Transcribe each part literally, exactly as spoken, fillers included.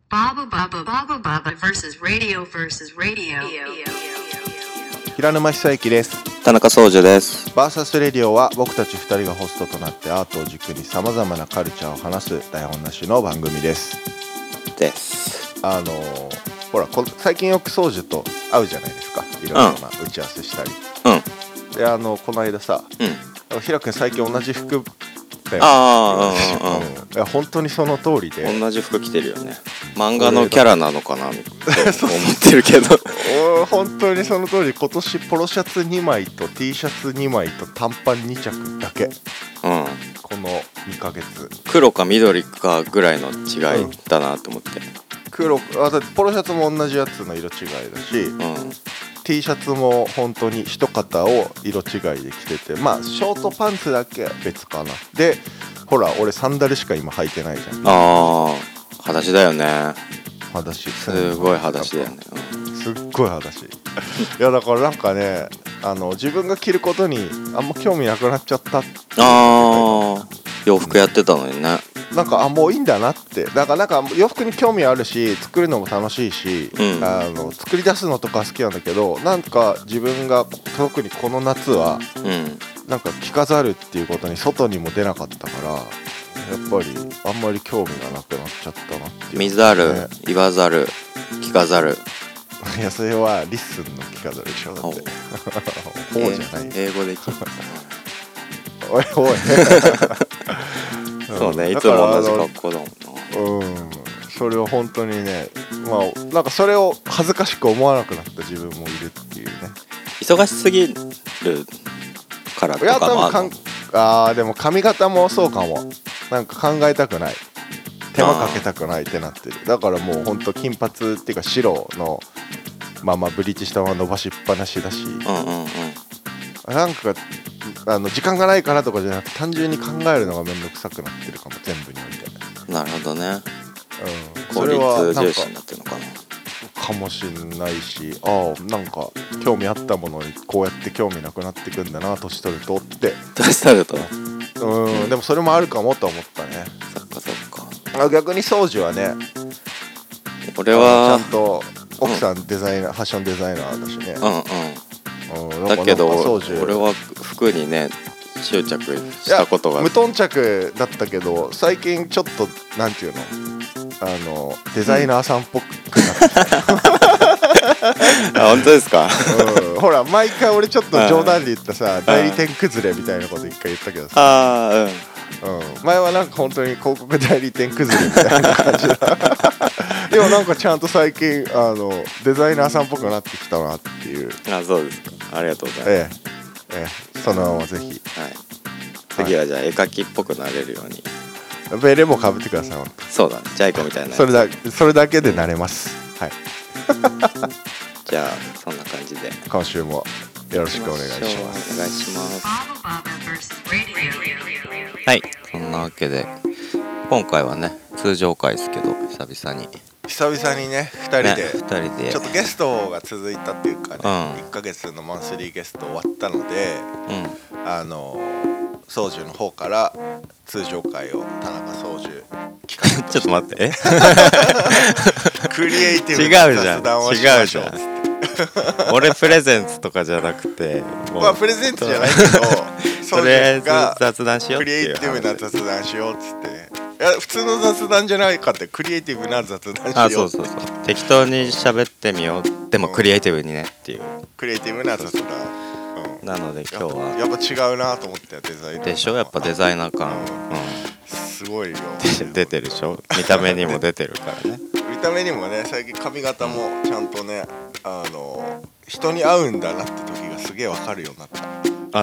Baba Baba Baba Baba versus Radio versus Radio。 平沼久之です。 田中総司です。 バーサスレディオは僕たちふたりがホストとなってアートを軸にさまざまなカルチャーを話す台本なしの番組です。 です。 あのー、ほらこ最近よく総司と会うじゃないですか。いろいろな打ち合わせしたり。うん。であのこの間さ、うん、平君最近同じ服ああ、うんうんうん、 いや本当にその通りで同じ服着てるよね。漫画のキャラなのかなって思ってるけど本当にその通り。今年ポロシャツにまいと T シャツにまいと短パンに着だけ、うん、このにかげつ黒か緑かぐらいの違いだなと思って、うん、 黒あだってポロシャツも同じやつの色違いだし、うん、T シャツも本当に一型を色違いで着てて、まあショートパンツだけ別かな。でほら俺サンダルしか今履いてないじゃん。 あー裸足だよね。 裸足すごい裸足だよね、 うん、すっごい裸足いやだからなんかねあの自分が着ることにあんま興味なくなっちゃったって。 あ洋服やってたのにね。 なんかあもういいんだなって。だからなんか洋服に興味あるし作るのも楽しいし、うん、あの作り出すのとか好きなんだけど、なんか自分が特にこの夏は、うん、なんか着飾るっていうことに外にも出なかったからやっぱりあんまり興味がなくなっちゃったなっていう、ね、 見ざる言わざる着飾る。 いやそれはリッスンの着飾るでしょ。だってほうじゃない、 英語できるおいおいそうね、いつも同じ格好だもんな。 うんそれを本当にね、まあなんかそれを恥ずかしく思わなくなった自分もいるっていうね。 忙しすぎるからとかもあるの？ あーでも髪型もそうかも。なんか考えたくない、手間かけたくないってなってる。だからもうほんと金髪っていうか白のままブリーチしたまま伸ばしっぱなしだし、うんうんうん、なんかあの時間がないからとかじゃなくて単純に考えるのがめんどくさくなってるかも、全部において。 なるほどね、 うん、 効率重視になってるのかなかもしんないし、ああなんか興味あったものにこうやって興味なくなってくんだな年取るとって。 年取るとうんでもそれもあるかもと思ったね。 そっかそっか。 あ逆に掃除はね、 俺はちゃんと奥さんデザイナー、うん、ファッションデザイナーだしね。 うんうん、だけど俺は服にね執着したことが無頓着だったけど最近ちょっとなんていうのあのデザイナーさんっぽくなってきた、うん、 あ本当ですか、 うん、ほら毎回俺ちょっと冗談で言ったさ代理店崩れみたいなこと一回言ったけどさあ、うんうん、前はなんか本当に広告代理店崩れみたいな感じだでもなんかちゃんと最近あのデザイナーさんっぽくなってきたなっていう。 あそうですか、ありがとうございます。 ええええ、そのままぜひ、はい、 次はじゃあ絵描きっぽくなれるようにベレもかぶってください。本当そうだね、ジャイコみたいなそれだそれだけでなれます。はいじゃあそんな感じで今週もよろしくお願いします。 お願いします。はい、そんなわけで今回はね通常回ですけど久々に久々にねふたりで、ね、 ふたりでちょっとゲストが続いたっていうかね、うん、いっかげつのマンスリーゲスト終わったので、うん、あの宗樹の方から通常回を田中宗樹企画ちょっと待ってクリエイティブな雑談をしましょう。違うじゃん俺プレゼンツとかじゃなくてまあプレゼンツじゃないけどとりあえず雑談しようっていうクリエイティブな雑談しようっつってね。いや普通の雑談じゃないかってクリエイティブな雑談しよう。 あそうそうそう適当に喋ってみようでもクリエイティブにねっていう、 うん、クリエイティブな雑談、 うん、なので今日はやっぱ違うなと思ってデザイナーでしょやっぱデザイナー感、うんうん、 すごいよ出てるでしょ見た目にも出てるからね見た目にもね最近髪型もちゃんとねあの人に会うんだなって時がすげえわかるようになった。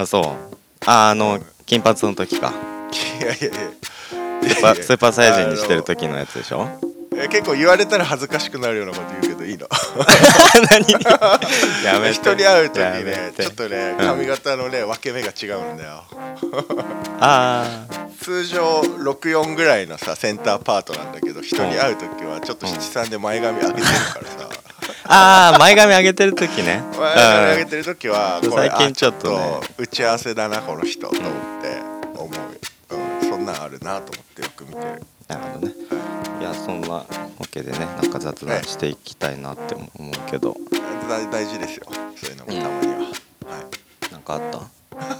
あそうああの、うん、金髪の時か。 いやいやいやスーパー、スーパーサイズにしてる時のやつでしょ。 え結構言われたら恥ずかしくなるようなこと言うけどいいの何やめて人に会う時ねちょっとね髪型のね分け目が違うんだよあ通常ろくじゅうよんぐらいのさセンターパートなんだけど人に会う時はちょっとななじゅうさんで前髪上げてるからさああ前髪上げてる時ね前髪上げてる時はこれ最近ちょっとね打ち合わせだなこの人と思って思う、うん、そんなんあるなと思ってよく見てる。 なるほどね。 いやそんなわけでね、なんか雑談していきたいなって思うけど、 大大事ですよ、そういうのもたまには、うん、はい。 なんかあった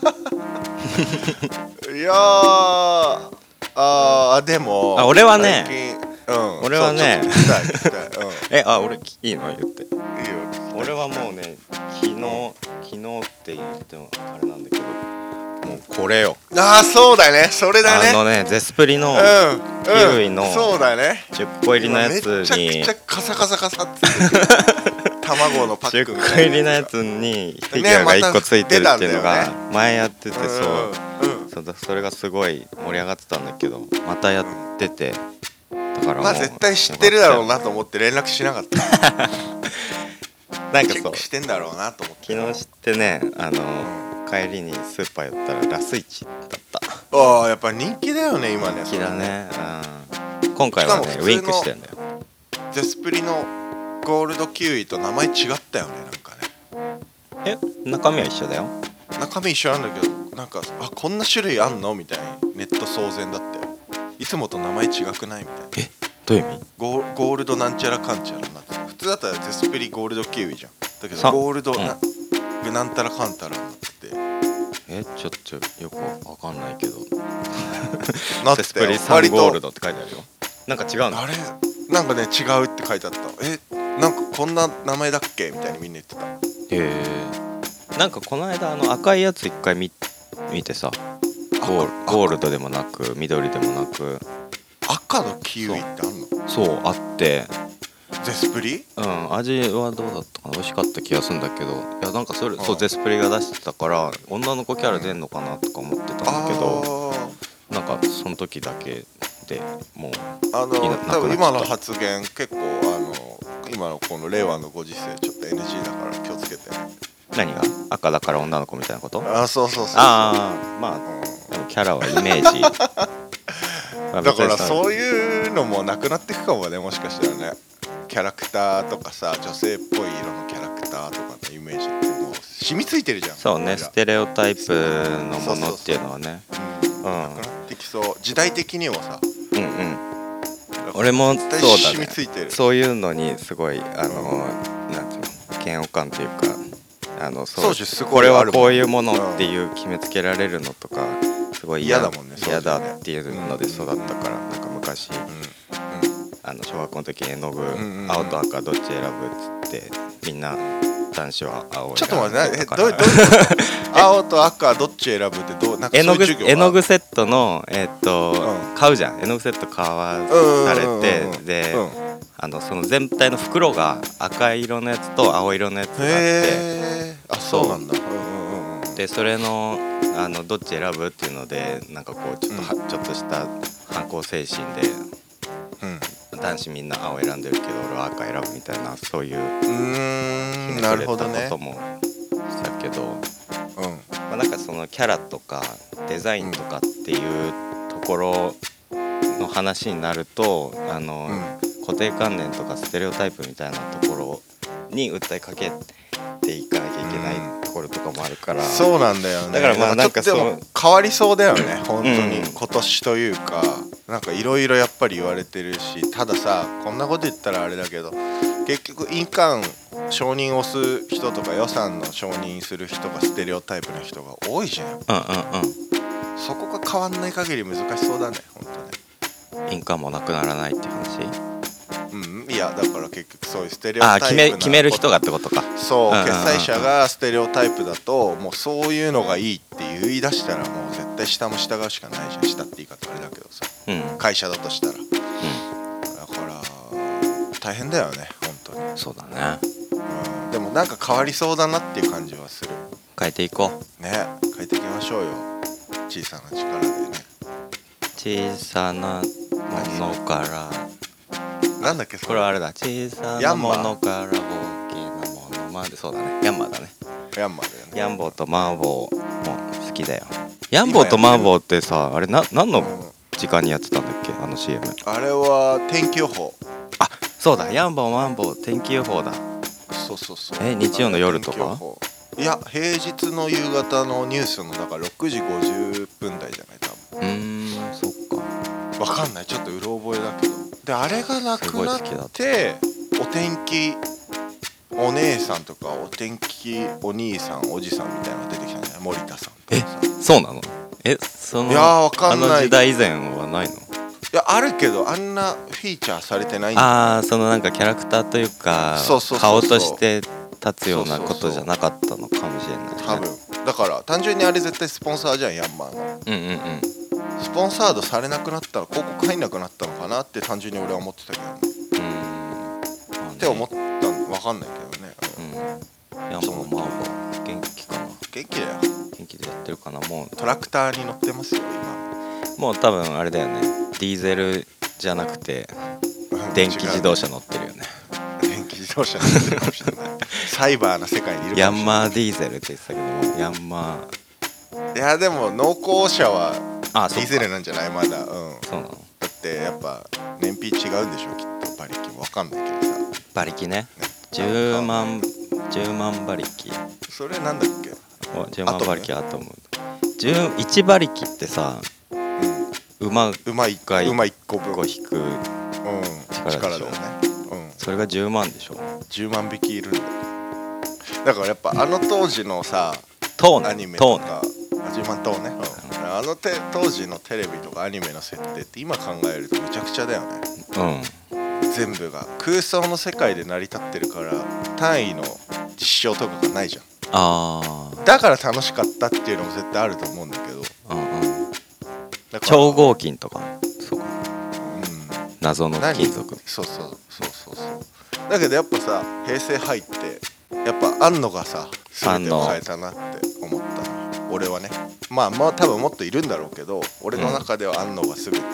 いやーあーでもあ俺はね最近、うん、 俺はね聞きたい聞きたい、うん、 えあ俺いいの言っていいよ。俺はもうね昨日昨日って言ってもあれなんだけど、もうこれよ。 ああそうだね、それだね。 あのねゼスプリのキウイのそうだね、 じゅっこ入りのやつにめちゃくちゃカサカサカサって卵のパックみたいなじゅっこ入りのやつにフィギュアがいっこついてるっていうのが前やってて、そう、そうだ、それがすごい盛り上がってたんだけど、またやってて、だからもうまあ絶対知ってるだろうなと思って連絡しなかったなんかそうチェックしてんだろうなと思って。 昨日知ってね、あの帰りにスーパー寄ったらラスイチだった。 ああやっぱ人気だよね今ね。 人気だね、うん、今回はねウィンクしてんだよ。 ゼスプリのゴールドキウイと名前違ったよね、なんかね。 え中身は一緒だよ。 中身一緒なんだけど、なんかあこんな種類あんのみたいにネット騒然だったよ。いつもと名前違くないみたいな。 えどういう意味？ ゴー、ゴールドなんちゃらかんちゃらになってた。普通だったらゼスプリゴールドキウイじゃん。だけどゴールドな、うん、なんたらかんたらになってて、 えちょっとよくわかんないけどなってゼスプリサンゴールドって書いてあるよ。なんか違うの？ あれなんかね違うって書いてあった。えなんかこんな名前だっけみたいにみんな言ってた。 へえ。なんかこの間あの赤いやつ一回 見, 見てさ、ゴ ー, ゴールドでもなく緑でもなく赤のキウイってあんの？ そうあって、 ゼスプリ？ うん味はどうだったかな、美味しかった気がするんだけど、いやなんかそれ、そうゼスプリが出してたから女の子キャラ出んのかなとか思ってたんだけど、うん、なんかその時だけでもうあの多分今の発言結構あの今のこの令和のご時世ちょっと エヌジー だから気をつけて。 何が赤だから女の子みたいなこと？ あそうそうそうそう。 ああまあ、うん、でもキャラはイメージだからそういうのもなくなっていくかもね、もしかしたらね。キャラクターとかさ、女性っぽい色のキャラクターとかのイメージってもう染みついてるじゃん。 そうね、ステレオタイプのものっていうのはね、うん、 なくなってきそう。時代的にもさ、 うんうん、俺もそうだね、そういうのにすごいあの、うん、なんていうの嫌悪感というか、あのそうこれはこういうものっていう決めつけられるのとかすごい嫌だもんね。嫌だっていうので育ったから、なんか昔、うんうん、あの小学校の時に絵の具、うんうん、青と赤どっち選ぶっつってみんな男子は青を選ぶ。 ちょっと待って、えどういうどういう青と赤どっち選ぶってどうなんかそういう授業が絵の具セットのえー、っと、うん、買うじゃん。絵の具セット買わされて、で、うん、あのその全体の袋が赤色のやつと青色のやつがあって、 へー、あそうなんだ。 うんうん、でそれのあのどっち選ぶっていうのでなんかこうちょっとは、うん、ちょっとした反抗精神で、うん、男子みんな青選んでるけど俺は赤選ぶみたいな、そういうひねくれたこともしたけど、うんまあ、なんかそのキャラとかデザインとかっていうところの話になると、あの、うん、固定観念とかステレオタイプみたいなところに訴えかけていかなきゃいけないところとかもあるから、うん、 そうなんだよね。 だからまあなんかそのでも変わりそうだよね本当に、うん、今年というかなんかいろいろやっぱり言われてるし、たださこんなこと言ったらあれだけど結局印鑑承認を押す人とか予算の承認する人がステレオタイプの人が多いじゃん。うんうんうん、そこが変わんない限り難しそうだね本当ね。 印鑑もなくならないって話。 うんいやだから結局そういうステレオタイプなあ決め決める人がってことか。 そう、うんうんうん、決済者がステレオタイプだともうそういうのがいいって言い出したらもう絶対下も従うしかないじゃん。下って言い方あれだけどさ、うん、会社だとしたら、うん、だから大変だよね本当に。 そうだね、 うん、でもなんか変わりそうだなっていう感じはする。 変えていこうね、変えていきましょうよ小さな力でね。 小さなものからなんだっけそれ。 これはあれだ、小さなものから大きなものまで。そうだね、ヤンマーだね。 ヤンマーだよね。 ヤンボーとマーボーも好きだよ。ヤンボーとマーボーってさあれな何の時間にやってたんだっけあの シーエム。 あれは天気予報。 あそうだ、ヤンボーマンボー天気予報だ。 そうそうそう。 え日曜の夜とか。 いや平日の夕方のニュースのだからろくじごじゅっぷん台じゃない多分。 うーんそっかわかんない、ちょっとうろ覚えだけど。 であれがなくなってお天気お姉さんとかお天気お兄さんおじさんみたいなのが出てきたんだよ、森田さんとかさ。 えそうなの？えそのいやわかんない、 あの時代以前はないの？いやあるけどあんなフィーチャーされてないんだよ。 ああそのなんかキャラクターというかそうそうそうそう顔として立つようなことじゃなかったのかもしれない、ね、 多分だから単純にあれ絶対スポンサーじゃんヤンマーの。 うんうんうんスポンサードされなくなったら広告入んなくなったのかなって単純に俺は思ってたけどね。 うんって思ったん分かんないけどね。 うんヤンマーまあ元気かな。 元気だよ。 元気でやってるかな。もうトラクターに乗ってますよ今。 もう多分あれだよね、ディーゼルじゃなくて電気自動車乗ってるよね。 電気自動車乗ってるかもしれないサイバーな世界にいるかもしれない。 ヤンマーディーゼルって言ってたけどもヤンマーいやでも濃厚車はデあィーゼルなんじゃないまだ。うんそうなの。 だってやっぱ燃費違うんでしょきっと。馬力も分かんないけどさ。 馬力ねじゅうまんじゅうまん馬力。 それなんだっけ。 おじゅうまん馬力アトム。じゅういち馬力ってさ、うん、馬馬いっこ馬いっこぶん引く力でしょ、うん、力だよね、うん、それがじゅうまんでしょ。 じゅうまん匹いるんだよ。だからやっぱあの当時のさトーネアニメとかじゅうまんトーね、うん、あのて当時のテレビとかアニメの設定って今考えるとめちゃくちゃだよね。うん全部が空想の世界で成り立ってるから単位の実証とかがないじゃん。 あだから楽しかったっていうのも絶対あると思うんだけど、 うんうん、超合金とかそうか、うん、謎の金属。 そうそうそうそうそうだけどやっぱさ平成入ってやっぱ庵野がさ全てを変えたなって思ったな俺はね。まあまあ多分もっといるんだろうけど俺の中では庵野が全て、うん、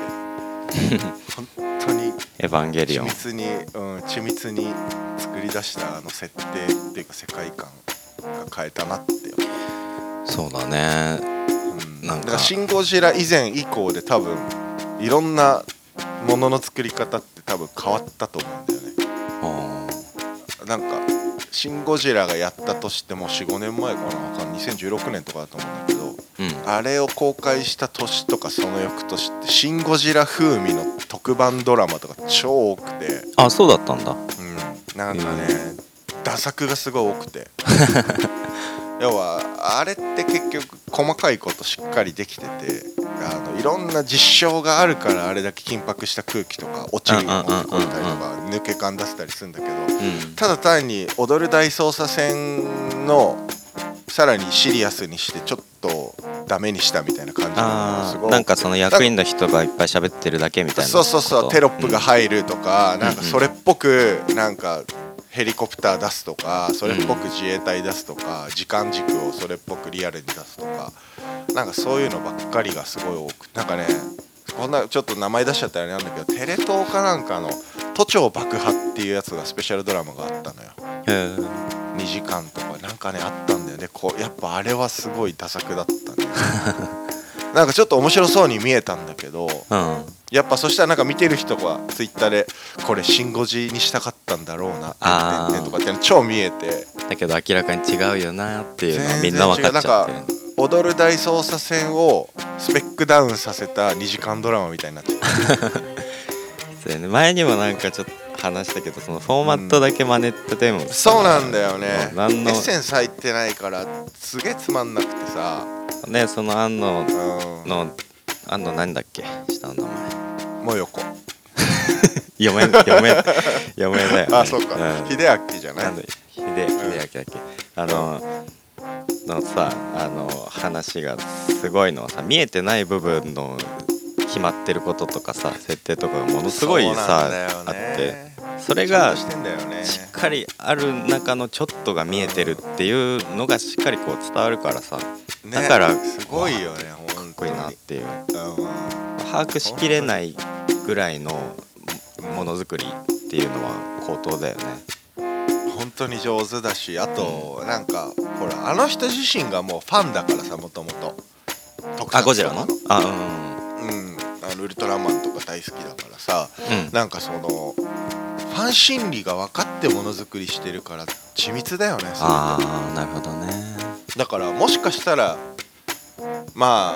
本当にエヴァンゲリオン緻密に、うん、緻密に作り出したあの設定っていうか世界観が変えたなってやっぱそうだね、 うん、なんかだからシン・ゴジラ以前以降で多分いろんなものの作り方って多分変わったと思うんだよね。なんかシン・ゴジラがやったとしても よん,ご 年前かなわかんにせんじゅうろくねんとかだと思うんだけど、うん、あれを公開した年とかその翌年ってシン・ゴジラ風味の特番ドラマとか超多くて。 あそうだったんだ。 うんなんかね、ダ作がすごい多くて要はあれって結局細かいことしっかりできててあのいろんな実証があるからあれだけ緊迫した空気とか落ちるが乗り越えたりとか抜け感出せたりするんだけど、うん、ただ単に踊る大捜査線のさらにシリアスにしてちょっとダメにしたみたいな感じのすごいなんかその役員の人がいっぱい喋ってるだけみたいな。 そうそうそうテロップが入るとか、うん、なんかそれっぽくなんかヘリコプター出すとかそれっぽく自衛隊出すとか、うん、時間軸をそれっぽくリアルに出すとかなんかそういうのばっかりがすごい多くなんかねこんなちょっと名前出しちゃったらあれなんだけどテレ東かなんかの都庁爆破っていうやつがスペシャルドラマがあったのよ。へーにじかんとかなんかねあったんだよね。こうやっぱあれはすごいダ作だったねなんかちょっと面白そうに見えたんだけど、うん、やっぱそしたらなんか見てる人がツイッターでこれシンゴジにしたかったんだろうなってとかって超見えてだけど明らかに違うよなっていうのはみんな分かっちゃってる。 なんか踊る大捜査線をスペックダウンさせたにじかんドラマみたいになってそれ、ね、前にもなんかちょっと話したけどそのフォーマットだけ真似ても、うん、 そうなんだよね。 何のエッセンス入ってないからすげえつまんなくてさねその安野の安野何だっけ下の名前もよこ読め読め読めだよ、ね、 あそうか、うん、秀明じゃない秀秀明だっけあののさあの話がすごいのはさ見えてない部分の決まってることとかさ設定とかがものすごいさ、ね、あってそれがしっかりある中のちょっとが見えてるっていうのがしっかりこう伝わるからさ、ね、だからすごいよねかっこいいなっていう、うん、把握しきれないぐらいのものづくりっていうのは高等だよね。 本当に上手だしあとなんかほらあの人自身がもうファンだからさもともとあゴジラのあうんうんあのウルトラマンとか大好きだからさ、うん、なんかそのファン心理が分かってものづくりしてるから緻密だよね。 ああなるほどね。 だからもしかしたらまあ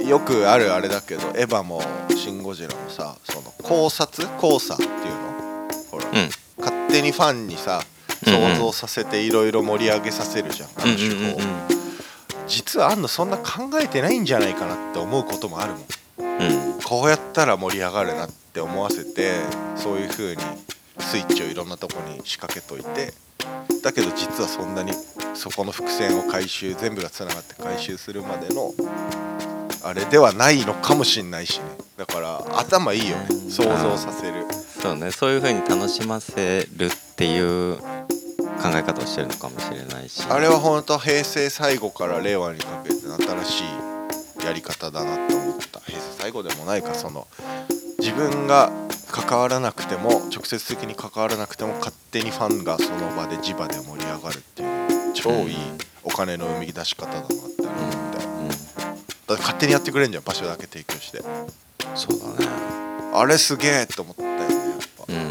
よくあるあれだけどエヴァもシン・ゴジラもさ、その考察考察っていうのほら、うん、勝手にファンにさ想像させていろいろ盛り上げさせるじゃん、あの手法、うんうんうん、実はあんのそんな考えてないんじゃないかなって思うこともあるもん、うん、こうやったら盛り上がるなって思わせて、そういう風にスイッチをいろんなとこに仕掛けといて、だけど実はそんなにそこの伏線を回収、全部がつながって回収するまでのあれではないのかもしんないしね。だから頭いいよね、想像させる。 そうね、そういう風に楽しませるっていう考え方をしてるのかもしれないし、 あれは本当平成最後から令和にかけて新しいやり方だなって思った。平成最後でもないか、その自分が関わらなくても直接的に関わらなくても勝手にファンがその場で地場で盛り上がるっていう超いいお金の生み出し方だなって思って、うん、だって勝手にやってくれるんじゃん、場所だけ提供して。 そうだね、 あれすげえって思ったよね、やっぱ。うんうん。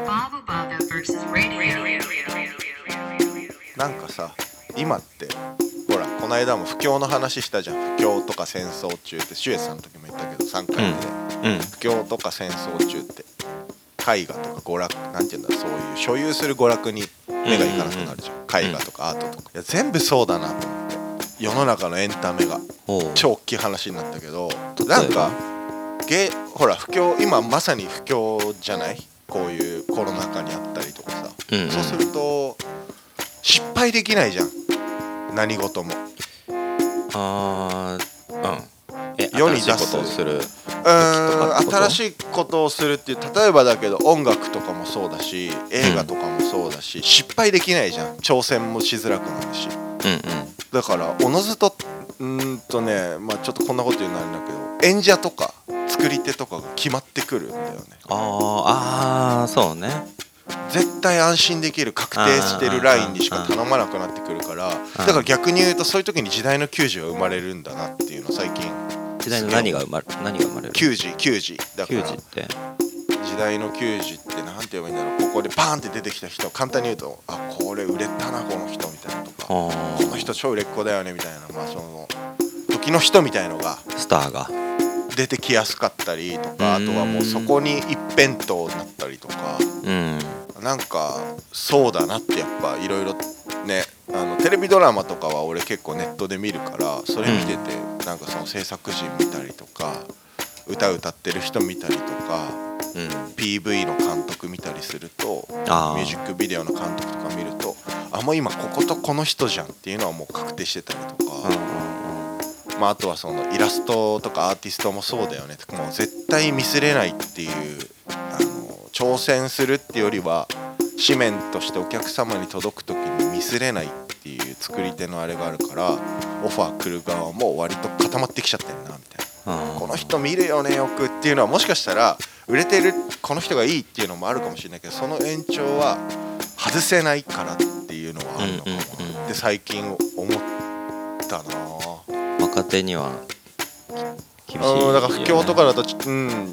なんかさ、今ってほらこの間も不況の話したじゃん。不況とか戦争中ってシュエさんの時も言ったけどさんかいめで、うんうん、不況とか戦争中って絵画とか娯楽なんていうんだ、そういう所有する娯楽に目がいかなくなるじゃん、うんうんうん、絵画とかアートとか。いや全部そうだなと思って、世の中のエンタメが超大きい話になったけど、なんかゲほら不況、今まさに不況じゃない、こういうコロナ禍にあったりとかさ、うんうん、そうすると失敗できないじゃん、何事も。 あー、うん、え世に出すことをする、うーん、新しいことをするっていう、例えばだけど音楽とかもそうだし映画とかもそうだし、うん、失敗できないじゃん、挑戦もしづらくなるし、うんうん、だからおのずとうーんとね、まあちょっとこんなこと言うのあれだけど、演者とか作り手とかが決まってくるんだよね。 ああ、そうね。 絶対安心できる確定してるラインにしか頼まなくなってくるから、だから逆に言うとそういう時に時代の球児が生まれるんだなっていうの最近。 時代の何が生まれる？何が生まれる？ 球児、球児だから。 球児って時代の球児ってなんて言えばいいんだろう。ここでパーンって出てきた人、簡単に言うと、あ、これ売れたなこの人みたいなとか、この人超売れっ子だよねみたいな、まあその時の人みたいのがスターが出てきやすかったりとか、あとはもうそこに一辺倒になったりとか、うん、なんかそうだなってやっぱいろいろね、あのテレビドラマとかは俺結構ネットで見るから、それ見てて、うん、なんかその制作陣見たりとか歌歌ってる人見たりとか、うん、ピーブイ の監督見たりすると、ミュージックビデオの監督とか見ると、あ、もう今こことこの人じゃんっていうのはもう確定してたりとか、うん、まあ、あとはそのイラストとかアーティストもそうだよね。もう絶対ミスれないっていう、あの挑戦するっていうよりは紙面としてお客様に届く時にミスれないっていう作り手のあれがあるから、オファー来る側も割と固まってきちゃってんなみたいな、この人見るよねよくっていうのは、もしかしたら売れてるこの人がいいっていうのもあるかもしれないけど、その延長は外せないからっていうのはあるのかもって最近思ったな。 若手には厳しいよね。 うん、だから不況とかだと、うん、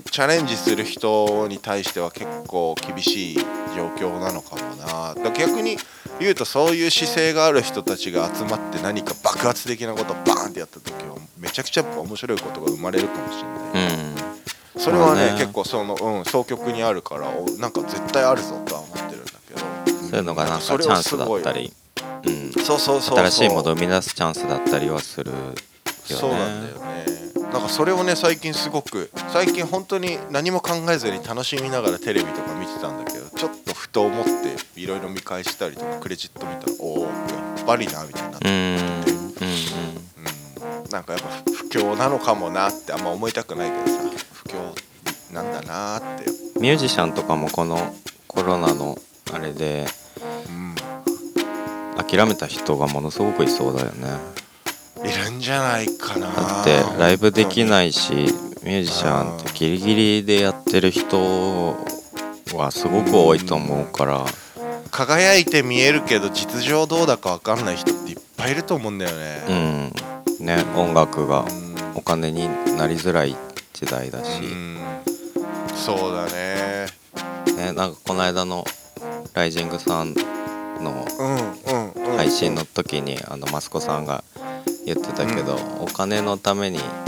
チャレンジする人に対しては結構厳しい状況なのかもな。だから逆に言うと、そういう姿勢がある人たちが集まって何か爆発的なことをバーンってやった時はめちゃくちゃ面白いことが生まれるかもしれない、うん、それは ね, ね結構その、うん、双極にあるから、なんか絶対あるぞとは思ってるんだけど、 そういうのがなんかチャンスだったり、 うん、そうそうそうそう、 新しいものを生み出すチャンスだったりはするよね。 そうなんだよね。なんかそれをね、最近すごく、最近本当に何も考えずに楽しみながらテレビとか見てたんだけど、ちょっとふと思っていろいろ見返したりとかクレジット見たら、おお、やっぱりなみたいになってて、うんうんうん、なんかやっぱ不況なのかもなってあんま思いたくないけどさ、不況なんだなって。 ミュージシャンとかもこのコロナのあれで、うん、諦めた人がものすごくいそうだよね。 いるんじゃないかな。 だってライブできないし、ミュージシャンってギリギリでやってる人はすごく多いと思うから、 輝いて見えるけど実情どうだか分かんない人っていっぱいいると思うんだよね。 うんね、音楽がお金になりづらい時代だし、うん、 そうだね。 ね、なんかこの間のライジングさんの配信の時にあのマスコさんが言ってたけど、うん、お金のために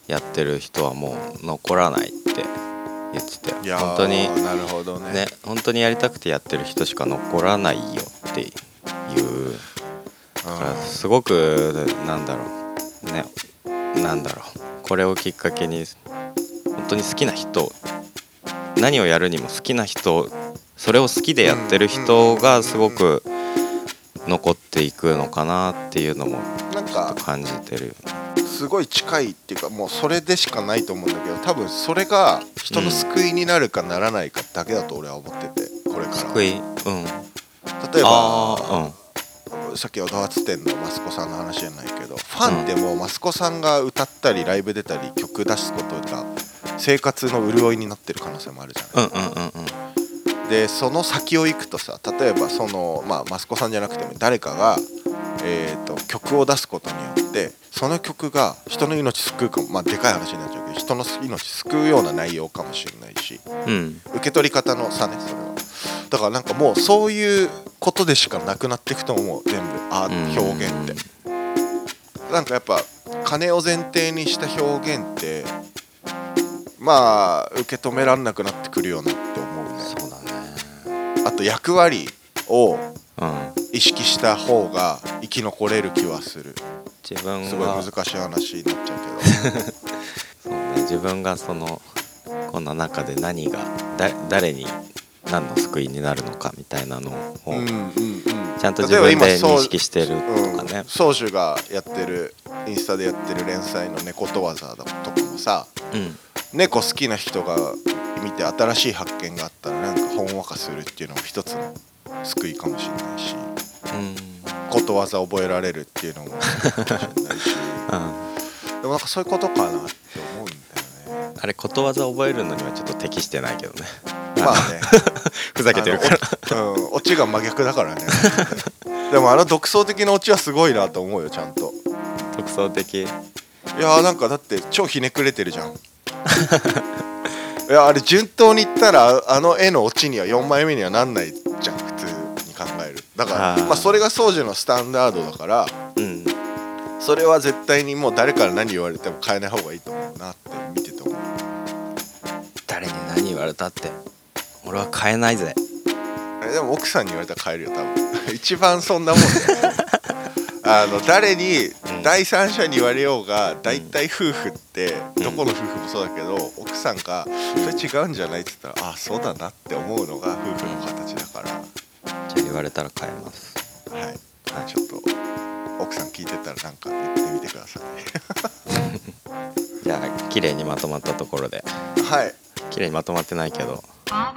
やってる人はもう残らないって言ってて、 いや本当になるほど ね, ね本当にやりたくてやってる人しか残らないよっていうだからすごくなんだろうねなんだろうこれをきっかけに本当に好きな人何をやるにも好きな人それを好きでやってる人がすごく残っていくのかなっていうのもなんちょっと感じてる。 すごい近いっていうかもうそれでしかないと思うんだけど多分それが人の救いになるかならないかだけだと俺は思っててこれから救い、うん、 例えばあ、 うん、さっき小田発展の益子さんの話じゃないけどファンでも益子さんが歌ったりライブ出たり曲出すことが生活の潤いになってる可能性もあるじゃない、 うんうんうんうんでその先を行くとさ例えばそのまあ益子さんじゃなくても誰かが、えー、と曲を出すことによってその曲が人の命救うかもまあでかい話になっちゃうけど人の命救うような内容かもしれないし、 うん、 受け取り方の差ねそれはだからなんかもうそういうことでしかなくなっていくと思う全部アート表現ってなんかやっぱ金を前提にした表現ってまあ受け止めらんなくなってくるよなって思うね。 そうだね。 あと役割をうん意識した方が生き残れる気はする。 自分がすごい難しい話になっちゃうけどそうね、自分がそのこの中で何がだ誰に何の救いになるのかみたいなのをうんうん、うん、 ちゃんと自分で認識してるとかね。 宗主がやってるインスタでやってる連載の猫とわざとかもさ、 うん、猫好きな人が見て新しい発見があったらなんかほんわかするっていうのも一つの救いかもしれないし、うん、ことわざ覚えられるっていうのもかもしれないし、うん、でもなんかそういうことかなって思うんだよね。 あれことわざ覚えるのにはちょっと適してないけどね。 まあねふざけてるからうん、オチが真逆だからねでもあの独創的なオチはすごいなと思うよちゃんと。 独創的。いやーなんかだって超ひねくれてるじゃんいやあれ順当にいったらあの絵のオチにはよんまいめにはなんないじゃん普通に考える。だからまあそれが宗樹のスタンダードだから、うん、それは絶対にもう誰から何言われても変えない方がいいと思うなって見てて思う。 誰に何言われたって俺は変えないぜ。 でも奥さんに言われたら変えるよ多分一番そんなもんだよあの誰に第三者に言われようが大体夫婦ってどこの夫婦もそうだけど奥さんがそれ違うんじゃないって言ったらあそうだなって思うのが夫婦の形だから。 じゃあ言われたら変えます。 はい、はい、ちょっと奥さん聞いてたらなんか言ってみてくださいじゃあ綺麗にまとまったところで。 はい綺麗にまとまってないけど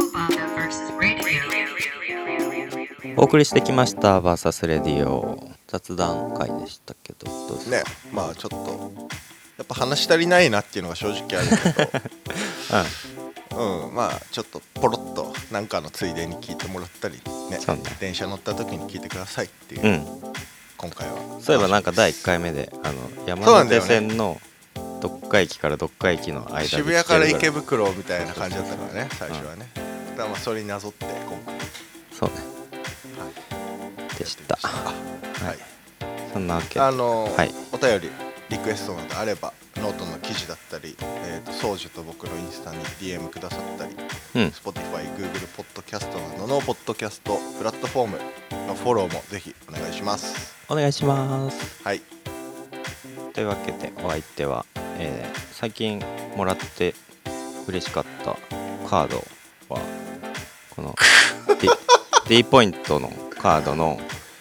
お送りしてきましたバーサスレディオ雑談会でしたけどどうですかね。 まあちょっとやっぱ話し足りないなっていうのが正直あるけど、うん、うん、まあちょっとポロッとなんかのついでに聞いてもらったり ね, ね電車乗った時に聞いてくださいっていう、うん、今回はそういえばなんかだいいっかいめであの山手線のどっか駅からどっか駅の間で渋谷から池袋みたいな感じだったからね最初はね、うん、だからまあそれになぞって今回そうね、はい、でしたはい、そんなわけあのーはい、お便りリクエストなどあればノートの記事だったり、えー、と宗樹と僕のインスタに ディーエム くださったり、うん、Spotify、Google ポッドキャストなどのポッドキャストプラットフォームのフォローもぜひお願いします。 お願いします。 はい。 というわけでお相手は、えー、最近もらって嬉しかったカードはこの D, D ポイントのカードの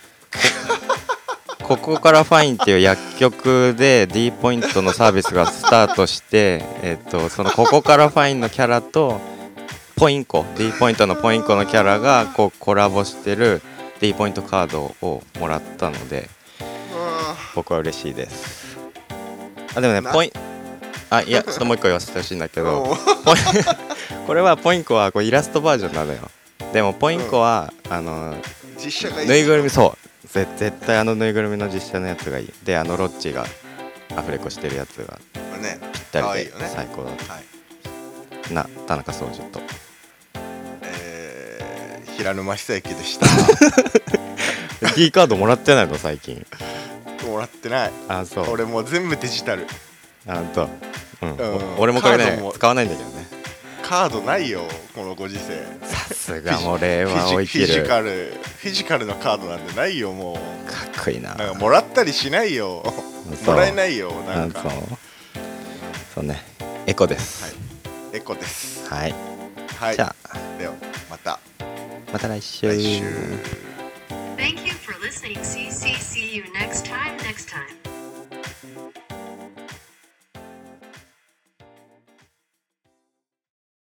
ここからファインっていう薬局で D ポイントのサービスがスタートして、えー、とそのここからファインのキャラとポインコ D ポイントのポインコのキャラがこうコラボしてる D ポイントカードをもらったので僕は嬉しいです。あでもねポインあいやちょっともう一個言わせてほしいんだけどこれはポインコはこうイラストバージョンなのよ。でもポインコは、うん、あの実写がいいぬいぐるみそう絶対あのぬいぐるみの実写のやつがいい。であのロッチがアフレコしてるやつがぴったりで最高だった、ねはい、な田中宗樹と、 えー、平沼久之でした D カードもらってないの最近。 もらってない。 あそう俺もう全部デジタル。 あとうんうん、俺もこれね使わないんだけどね。 カードないよこのご時世。 さすがもう令和を生きる。 フィジカルフィジカルのカードなんてないよもう。 かっこいいな。 なんかもらったりしないよ。もらえないよなんか。 そうそうね。エコです。 はい、エコです。 はい。 はい。 じゃあではまたまた来週。 来週。 Thank you for listening. See, see, see you next time. Next time.